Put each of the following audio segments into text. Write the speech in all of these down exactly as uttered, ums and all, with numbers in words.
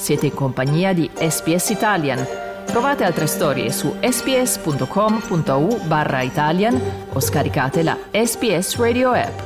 Siete in compagnia di S B S Italian. Trovate altre storie su sbs.com.au barra Italian o scaricate la S B S Radio app.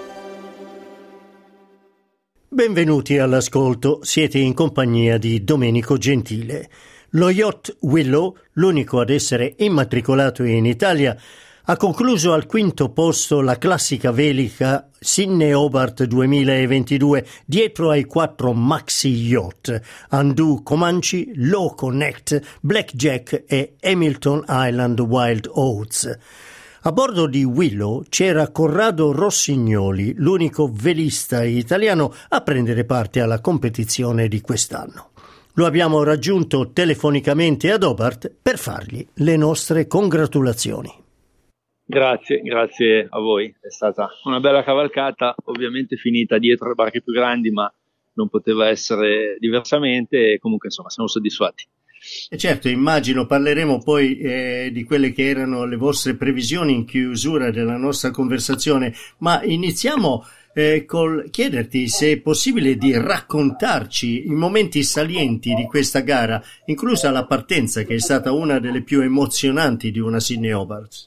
Benvenuti all'ascolto, siete in compagnia di Domenico Gentile. Lo yacht Willow, l'unico ad essere immatricolato in Italia, ha concluso al quinto posto la classica velica Sydney Hobart duemilaventidue dietro ai quattro maxi yacht Undo Comanche, Low Connect, Blackjack e Hamilton Island Wild Oats. A bordo di Willow c'era Corrado Rossignoli, l'unico velista italiano a prendere parte alla competizione di quest'anno. Lo abbiamo raggiunto telefonicamente ad Hobart per fargli le nostre congratulazioni. Grazie, grazie a voi. È stata una bella cavalcata, ovviamente finita dietro le barche più grandi, ma non poteva essere diversamente e comunque insomma siamo soddisfatti. E certo, immagino parleremo poi eh, di quelle che erano le vostre previsioni in chiusura della nostra conversazione, ma iniziamo eh, col chiederti se è possibile di raccontarci i momenti salienti di questa gara, inclusa la partenza che è stata una delle più emozionanti di una Sydney Hobart.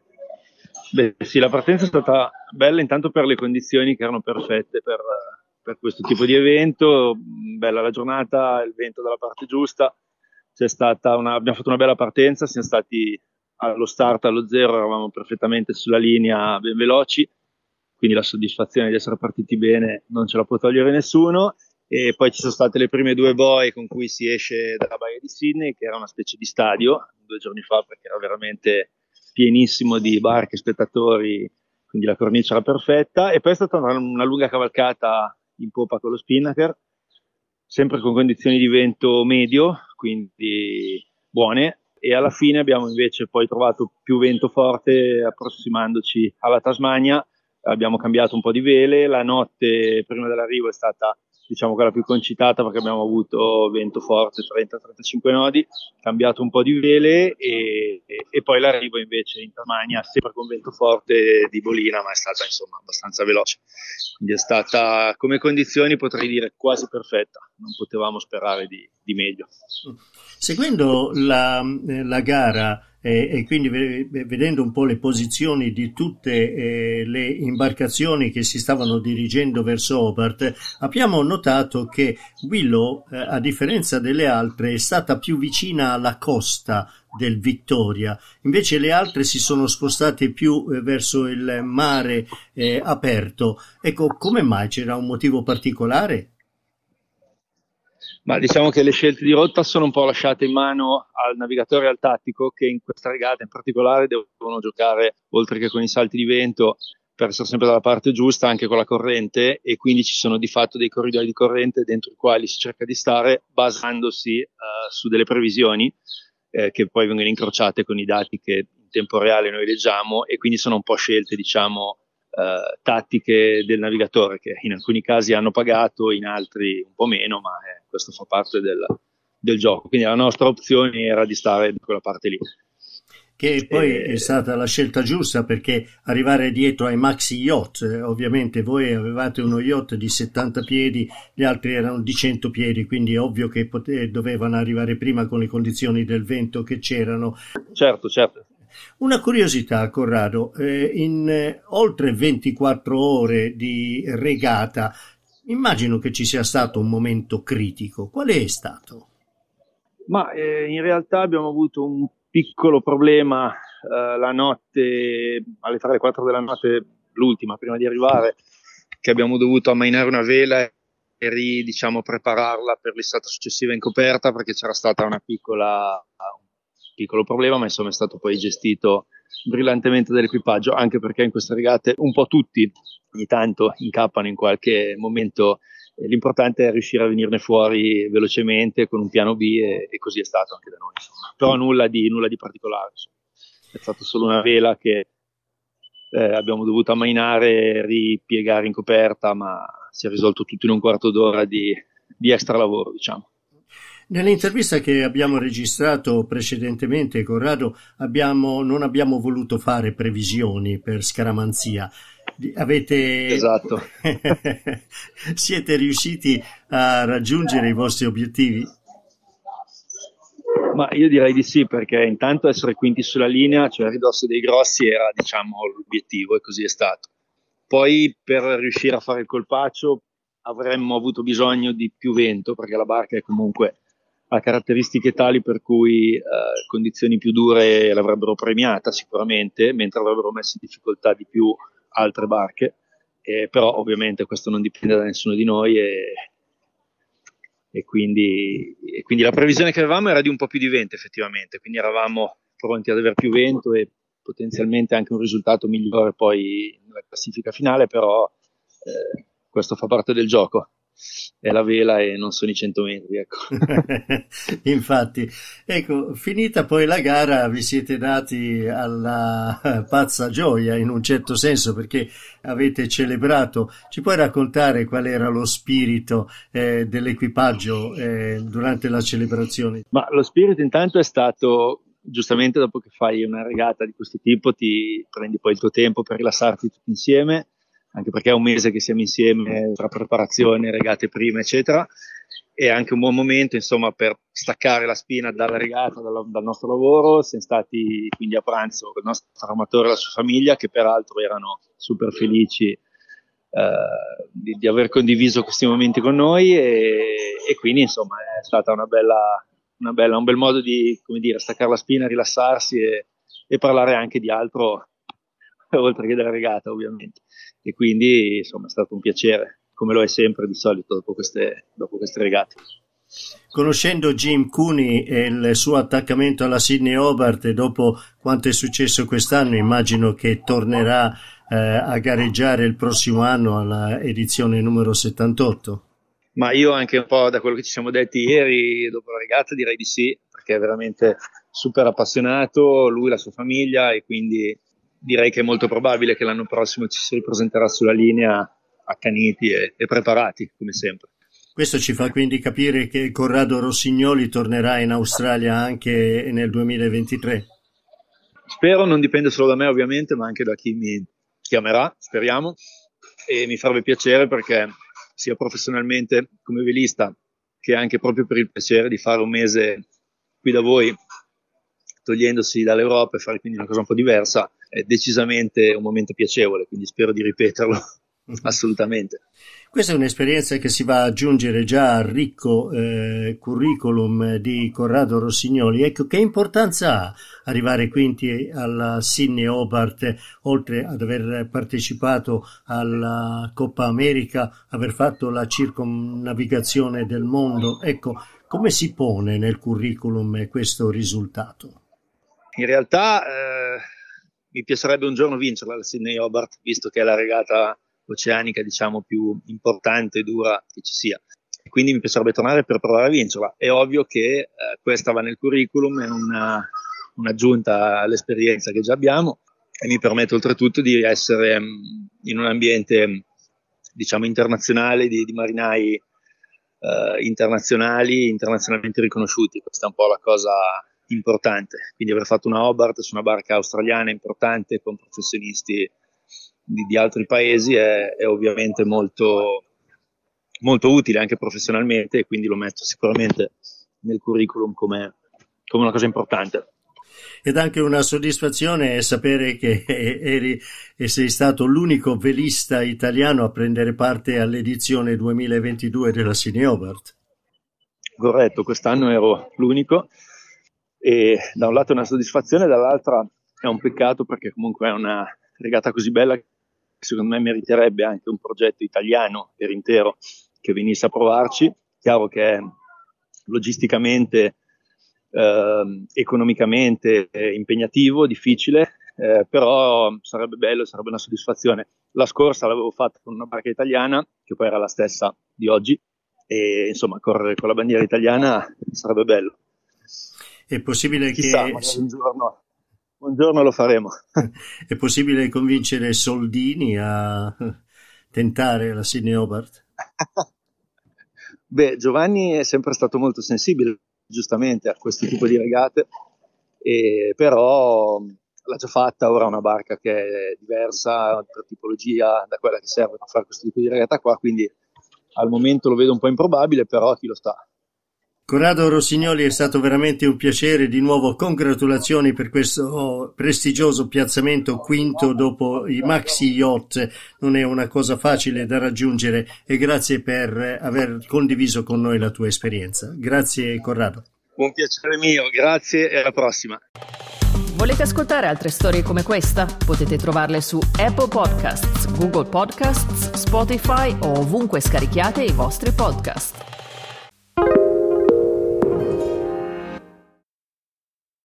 Beh sì, la partenza è stata bella intanto per le condizioni che erano perfette per, per questo tipo di evento, bella la giornata, il vento dalla parte giusta. C'è stata una, abbiamo fatto una bella partenza, siamo stati allo start, allo zero, eravamo perfettamente sulla linea, ben veloci, quindi la soddisfazione di essere partiti bene non ce la può togliere nessuno. E poi ci sono state le prime due boe con cui si esce dalla baia di Sydney, che era una specie di stadio, due giorni fa, perché era veramente pienissimo di barche, spettatori, quindi la cornice era perfetta. E poi è stata una, una lunga cavalcata in poppa con lo spinnaker, sempre con condizioni di vento medio, quindi buone, e alla fine abbiamo invece poi trovato più vento forte approssimandoci alla Tasmania. Abbiamo cambiato un po' di vele, la notte prima dell'arrivo è stata diciamo quella più concitata perché abbiamo avuto vento forte, trenta trentacinque nodi, cambiato un po' di vele e, e, e poi l'arrivo invece in Tasmania sempre con vento forte di bolina, ma è stata insomma abbastanza veloce, quindi è stata come condizioni potrei dire quasi perfetta, non potevamo sperare di, di meglio. Seguendo la, la gara eh, e quindi vedendo un po' le posizioni di tutte eh, le imbarcazioni che si stavano dirigendo verso Hobart, abbiamo notato che Willow, eh, a differenza delle altre, è stata più vicina alla costa del Victoria, invece le altre si sono spostate più eh, verso il mare eh, aperto. Ecco, come mai? C'era un motivo particolare? Ma diciamo che le scelte di rotta sono un po' lasciate in mano al navigatore e al tattico, che in questa regata in particolare devono giocare, oltre che con i salti di vento, per essere sempre dalla parte giusta, anche con la corrente, e quindi ci sono di fatto dei corridoi di corrente dentro i quali si cerca di stare basandosi uh, su delle previsioni eh, che poi vengono incrociate con i dati che in tempo reale noi leggiamo, e quindi sono un po' scelte diciamo Uh, tattiche del navigatore, che in alcuni casi hanno pagato, in altri un po' meno, ma eh, questo fa parte del, del gioco. Quindi la nostra opzione era di stare da quella parte lì. Che poi e... è stata la scelta giusta, perché arrivare dietro ai maxi yacht, eh, ovviamente voi avevate uno yacht di settanta piedi, gli altri erano di cento piedi, quindi è ovvio che pote- dovevano arrivare prima con le condizioni del vento che c'erano. Certo, certo. Una curiosità, Corrado, eh, in eh, oltre ventiquattro ore di regata, immagino che ci sia stato un momento critico. Qual è stato? Ma eh, in realtà abbiamo avuto un piccolo problema eh, la notte, alle tre alle quattro della notte, l'ultima, prima di arrivare, che abbiamo dovuto ammainare una vela e ri, diciamo, prepararla per l'estate successiva in coperta, perché c'era stata una piccola... piccolo problema, ma insomma è stato poi gestito brillantemente dall'equipaggio, anche perché in queste regate un po' tutti ogni tanto incappano in qualche momento, eh, l'importante è riuscire a venirne fuori velocemente con un piano B, e, e così è stato anche da noi, insomma. Però nulla di, nulla di particolare, insomma. È stata solo una vela che eh, abbiamo dovuto ammainare, ripiegare in coperta, ma si è risolto tutto in un quarto d'ora di, di extra lavoro, diciamo. Nell'intervista che abbiamo registrato precedentemente, Corrado, abbiamo, non abbiamo voluto fare previsioni per scaramanzia. avete esatto. Siete riusciti a raggiungere i vostri obiettivi? Ma io direi di sì, perché intanto essere quinti sulla linea, cioè a ridosso dei grossi, era diciamo l'obiettivo e così è stato. Poi per riuscire a fare il colpaccio avremmo avuto bisogno di più vento, perché la barca è comunque ha caratteristiche tali per cui eh, condizioni più dure l'avrebbero premiata sicuramente, mentre avrebbero messo in difficoltà di più altre barche, eh, però ovviamente questo non dipende da nessuno di noi e, e, quindi, e quindi la previsione che avevamo era di un po' più di vento effettivamente, quindi eravamo pronti ad avere più vento e potenzialmente anche un risultato migliore poi nella classifica finale, però eh, questo fa parte del gioco. È la vela e non sono i cento metri, ecco. Infatti, ecco, finita poi la gara vi siete dati alla pazza gioia in un certo senso, perché avete celebrato. Ci puoi raccontare qual era lo spirito eh, dell'equipaggio eh, durante la celebrazione? Ma lo spirito intanto è stato, giustamente dopo che fai una regata di questo tipo ti prendi poi il tuo tempo per rilassarti tutti insieme, anche perché è un mese che siamo insieme tra preparazione, regate prima, eccetera, e anche un buon momento, insomma, per staccare la spina dalla regata, dal, dal nostro lavoro. Siamo stati quindi a pranzo con il nostro armatore e la sua famiglia, che peraltro erano super felici eh, di, di aver condiviso questi momenti con noi, e, e quindi, insomma, è stata una bella, una bella, un bel modo di, come dire, staccare la spina, rilassarsi e, e parlare anche di altro, oltre che della regata, ovviamente. E quindi insomma è stato un piacere, come lo è sempre di solito dopo queste, dopo queste regate. Conoscendo Jim Cooney e il suo attaccamento alla Sydney Hobart, e dopo quanto è successo quest'anno, immagino che tornerà eh, a gareggiare il prossimo anno alla edizione numero settantotto. Ma io anche un po' da quello che ci siamo detti ieri dopo la regata direi di sì, perché è veramente super appassionato, lui e la sua famiglia, e quindi direi che è molto probabile che l'anno prossimo ci si ripresenterà sulla linea accaniti e, e preparati, come sempre. Questo ci fa quindi capire che Corrado Rossignoli tornerà in Australia anche nel duemilaventitré? Spero, non dipende solo da me ovviamente, ma anche da chi mi chiamerà, speriamo, e mi farebbe piacere, perché sia professionalmente come velista che anche proprio per il piacere di fare un mese qui da voi, togliendosi dall'Europa e fare quindi una cosa un po' diversa, è decisamente un momento piacevole, quindi spero di ripeterlo assolutamente. Questa è un'esperienza che si va ad aggiungere già al ricco eh, curriculum di Corrado Rossignoli. Ecco, che importanza ha arrivare quinti alla Sydney Hobart, oltre ad aver partecipato alla Coppa America, aver fatto la circumnavigazione del mondo? Ecco, come si pone nel curriculum questo risultato? In realtà eh, mi piacerebbe un giorno vincerla la Sydney Hobart, visto che è la regata oceanica diciamo più importante e dura che ci sia, e quindi mi piacerebbe tornare per provare a vincerla. È ovvio che eh, questa va nel curriculum, è una, un'aggiunta all'esperienza che già abbiamo, e mi permette oltretutto di essere mh, in un ambiente diciamo internazionale di, di marinai eh, internazionali, internazionalmente riconosciuti. Questa è un po' la cosa importante, quindi aver fatto una Hobart su una barca australiana importante con professionisti di, di altri paesi è, è ovviamente molto, molto utile anche professionalmente, e quindi lo metto sicuramente nel curriculum come, come una cosa importante. Ed anche una soddisfazione sapere che eri e sei stato l'unico velista italiano a prendere parte all'edizione duemilaventidue della Sydney Hobart. Corretto, quest'anno ero l'unico, e da un lato è una soddisfazione, dall'altra è un peccato, perché comunque è una regata così bella che secondo me meriterebbe anche un progetto italiano per intero che venisse a provarci. Chiaro che è logisticamente, eh, economicamente è impegnativo, difficile, eh, però sarebbe bello, sarebbe una soddisfazione. La scorsa l'avevo fatta con una barca italiana, che poi era la stessa di oggi, e insomma correre con la bandiera italiana sarebbe bello. È possibile Chissà, che magari un giorno, un giorno lo faremo. È possibile convincere Soldini a tentare la Sydney Hobart? Beh, Giovanni è sempre stato molto sensibile, giustamente, a questo tipo di regate, e però l'ha già fatta, ora ha una barca che è diversa per tipologia da quella che serve per fare questo tipo di regata qua, quindi al momento lo vedo un po' improbabile, però chi lo sa. Corrado Rossignoli, è stato veramente un piacere. Di nuovo congratulazioni per questo prestigioso piazzamento, quinto dopo i maxi yacht. Non è una cosa facile da raggiungere, e grazie per aver condiviso con noi la tua esperienza. Grazie Corrado. Un piacere mio, grazie e alla prossima. Volete ascoltare altre storie come questa? Potete trovarle su Apple Podcasts, Google Podcasts, Spotify o ovunque scarichiate i vostri podcast.